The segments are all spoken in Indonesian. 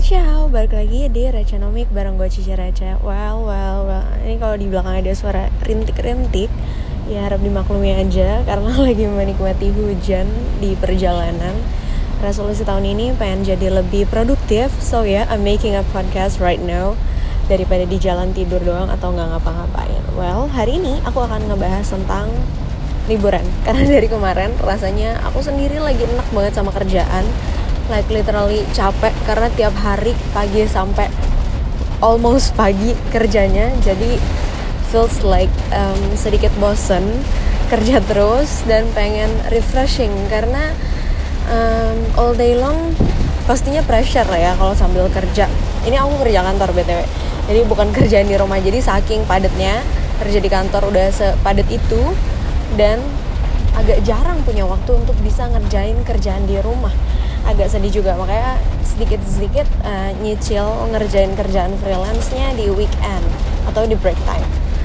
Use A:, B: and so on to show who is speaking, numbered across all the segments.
A: Ciao, balik lagi di Recanomic bareng gue Cici Reca. Well, ini kalau di belakang ada suara rintik-rintik, ya harap dimaklumi aja karena lagi menikmati hujan di perjalanan. Resolusi tahun ini pengen jadi lebih produktif, so yeah, I'm making a podcast right now daripada di jalan tidur doang atau nggak ngapa-ngapain. Well, hari ini aku akan ngebahas tentang liburan karena dari kemarin rasanya aku sendiri lagi enak banget sama kerjaan. Like literally capek karena tiap hari pagi sampai almost pagi kerjanya. Jadi feels like sedikit bosen kerja terus dan pengen refreshing karena all day long pastinya pressure lah ya kalau sambil kerja. Ini aku kerja kantor BTW, jadi bukan kerjaan di rumah. Jadi saking padatnya kerja di kantor udah sepadat itu, dan agak jarang punya waktu untuk bisa ngerjain kerjaan di rumah. Agak sedih juga, makanya sedikit-sedikit nyicil ngerjain kerjaan freelance-nya di weekend atau di break time.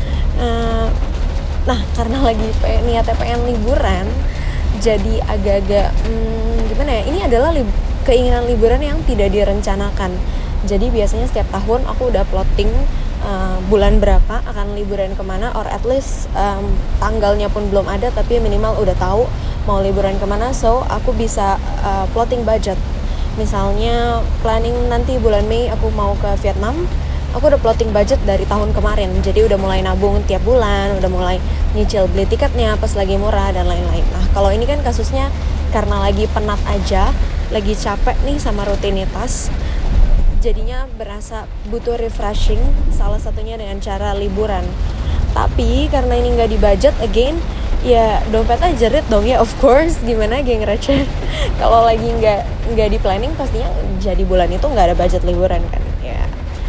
A: Nah, karena lagi niatnya pengen liburan, jadi agak-agak gimana ya, ini adalah keinginan liburan yang tidak direncanakan. Jadi biasanya setiap tahun aku udah plotting bulan berapa akan liburan kemana, or at least tanggalnya pun belum ada, tapi minimal udah tahu mau liburan kemana, so aku bisa plotting budget. Misalnya planning nanti bulan Mei aku mau ke Vietnam, aku udah plotting budget dari tahun kemarin, jadi udah mulai nabung tiap bulan, udah mulai nyicil beli tiketnya pas lagi murah dan lain-lain. Nah, kalau ini kan kasusnya karena lagi penat aja, lagi capek nih sama rutinitas, jadinya berasa butuh refreshing, salah satunya dengan cara liburan. Tapi karena ini nggak di budget, again, ya dompetnya jerit dong ya, of course. Gimana geng receh kalau lagi nggak di planning, pastinya jadi bulan itu nggak ada budget liburan kan ya.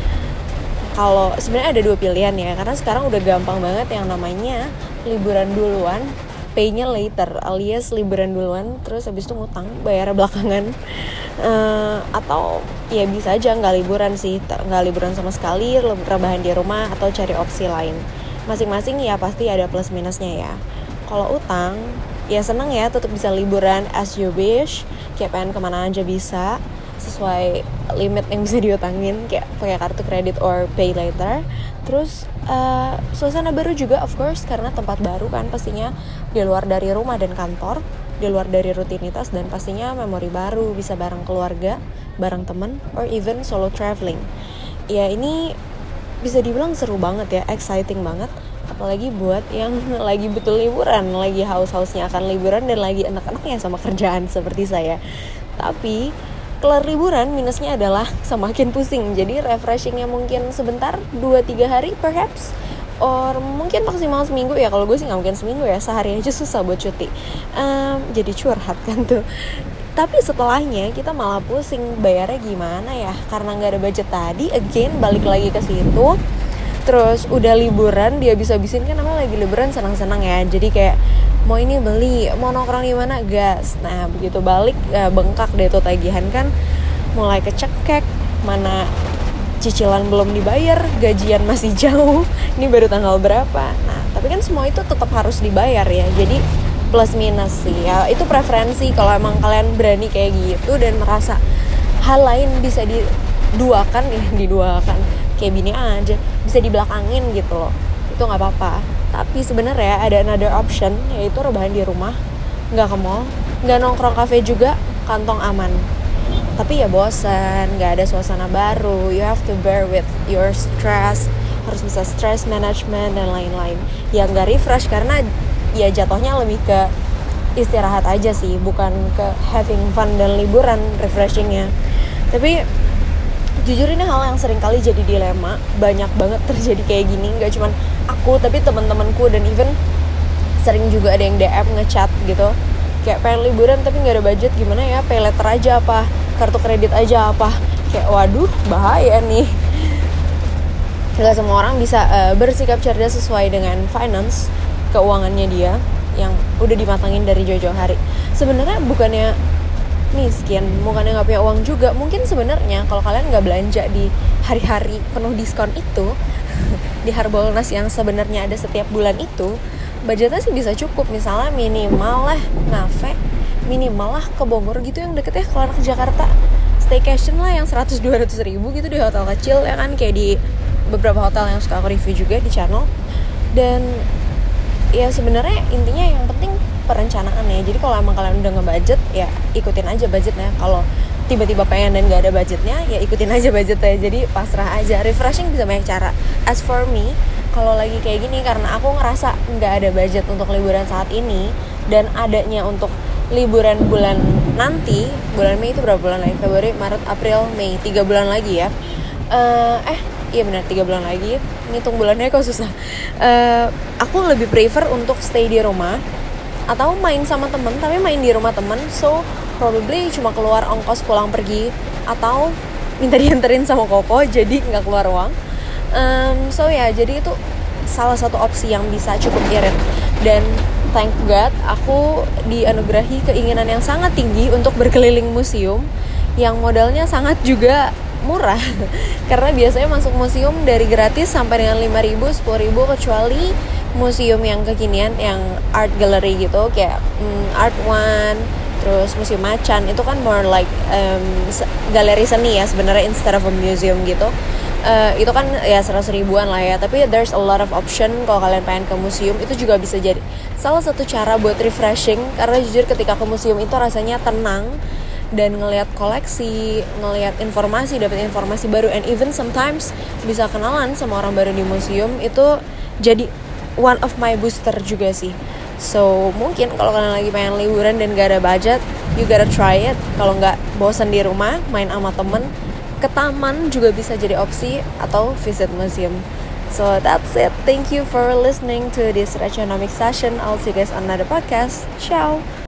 A: Kalau sebenarnya ada dua pilihan ya, karena sekarang udah gampang banget yang namanya liburan duluan, pay-nya later, alias liburan duluan terus habis itu ngutang, bayar belakangan. Atau ya bisa aja nggak liburan sih, nggak liburan sama sekali, rebahan di rumah atau cari opsi lain. Masing-masing ya pasti ada plus minusnya ya. Kalau utang ya seneng ya, tetap bisa liburan as you wish, kayak pengen kemana aja bisa sesuai limit yang bisa diutangin, kayak pakai kartu kredit or pay later. Terus suasana baru juga of course, karena tempat baru kan pastinya, di luar dari rumah dan kantor, di luar dari rutinitas, dan pastinya memori baru, bisa bareng keluarga, bareng temen, or even solo traveling. Ya ini bisa dibilang seru banget ya, exciting banget, apalagi buat yang lagi betul liburan, lagi haus-hausnya akan liburan dan lagi enak-enaknya sama kerjaan seperti saya. Tapi kelar liburan minusnya adalah semakin pusing. Jadi refreshingnya mungkin sebentar, 2-3 hari perhaps, or mungkin maksimal seminggu ya. Kalau gue sih gak mungkin seminggu ya, sehari aja susah buat cuti. Jadi curhat kan tuh. Tapi setelahnya kita malah pusing bayarnya gimana ya, karena gak ada budget tadi. Again balik lagi ke situ. Terus udah liburan dia bisa-bisin, kan namanya lagi liburan senang-senang ya. Jadi kayak mau ini beli, mau nongkrong di mana, gas. Nah begitu balik bengkak deh tuh tagihan kan, mulai kecekek, mana cicilan belum dibayar, gajian masih jauh, ini baru tanggal berapa. Nah tapi kan semua itu tetap harus dibayar ya, jadi plus minus sih ya. Itu preferensi kalau emang kalian berani kayak gitu dan merasa hal lain bisa diduakan kayak bini aja, bisa dibelakangin gitu loh, itu nggak apa-apa. Tapi sebenarnya ada another option, yaitu rebahan di rumah, nggak ke mall, nggak nongkrong kafe juga, kantong aman. Tapi ya bosan, nggak ada suasana baru, you have to bear with your stress, harus bisa stress management dan lain-lain. Ya nggak refresh karena ya jatuhnya lebih ke istirahat aja sih, bukan ke having fun dan liburan refreshingnya. Tapi jujur ini hal yang sering kali jadi dilema, banyak banget terjadi kayak gini. Gak cuman aku, tapi teman-temanku, dan even sering juga ada yang DM ngechat gitu, kayak pengen liburan tapi gak ada budget, gimana ya, pay letter aja apa, kartu kredit aja apa. Kayak waduh bahaya nih. Gak semua orang bisa bersikap cerdas sesuai dengan finance, keuangannya dia yang udah dimatangin dari jauh-jauh hari. Sebenarnya bukannya miskin, bukannya nggak punya uang juga. Mungkin sebenarnya kalau kalian nggak belanja di hari-hari penuh diskon itu di Harbolnas yang sebenarnya ada setiap bulan itu, budgetnya sih bisa cukup. Misalnya minimal lah ngafe, minimal lah ke Bogor gitu yang deket ya, kelar ke Jakarta staycation lah yang 100-200 ribu gitu di hotel kecil ya kan, kayak di beberapa hotel yang suka aku review juga di channel. Dan ya sebenarnya intinya yang penting perencanaan ya. Jadi kalau emang kalian udah nge-budget ya ikutin aja budgetnya. Kalau tiba-tiba pengen dan gak ada budgetnya ya ikutin aja budgetnya. Jadi pasrah aja. Refreshing bisa banyak cara. As for me, kalau lagi kayak gini karena aku ngerasa gak ada budget untuk liburan saat ini dan adanya untuk liburan bulan nanti, bulan Mei itu berapa bulan lagi? Februari, Maret, April, Mei, 3 bulan lagi ya. Iya benar 3 bulan lagi. Ngitung bulannya kok susah. Aku lebih prefer untuk stay di rumah atau main sama temen, tapi main di rumah temen. So probably cuma keluar ongkos pulang pergi atau minta dianterin sama Koko, jadi nggak keluar uang. So ya, jadi itu salah satu opsi yang bisa cukup irit. Dan thank God aku dianugerahi keinginan yang sangat tinggi untuk berkeliling museum yang modalnya sangat juga murah. Karena biasanya masuk museum dari gratis sampai dengan 5.000, 10.000, kecuali museum yang kekinian, yang art gallery gitu, kayak Art One, terus Museum Macan, itu kan more like galeri seni ya sebenarnya, instead of a museum gitu. Itu kan ya 100 ribuan lah ya. Tapi there's a lot of option kalau kalian pengen ke museum. Itu juga bisa jadi salah satu cara buat refreshing. Karena jujur ketika ke museum itu rasanya tenang, dan ngelihat koleksi, ngelihat informasi, dapat informasi baru, and even sometimes bisa kenalan sama orang baru di museum. Itu jadi one of my booster juga sih. So mungkin kalau kalian lagi pengen liburan dan gak ada budget, you gotta try it. Kalau gak bosan di rumah, main sama temen, ke taman juga bisa jadi opsi, atau visit museum. So that's it. Thank you for listening to this Rechonomics session. I'll see you guys on another podcast. Ciao.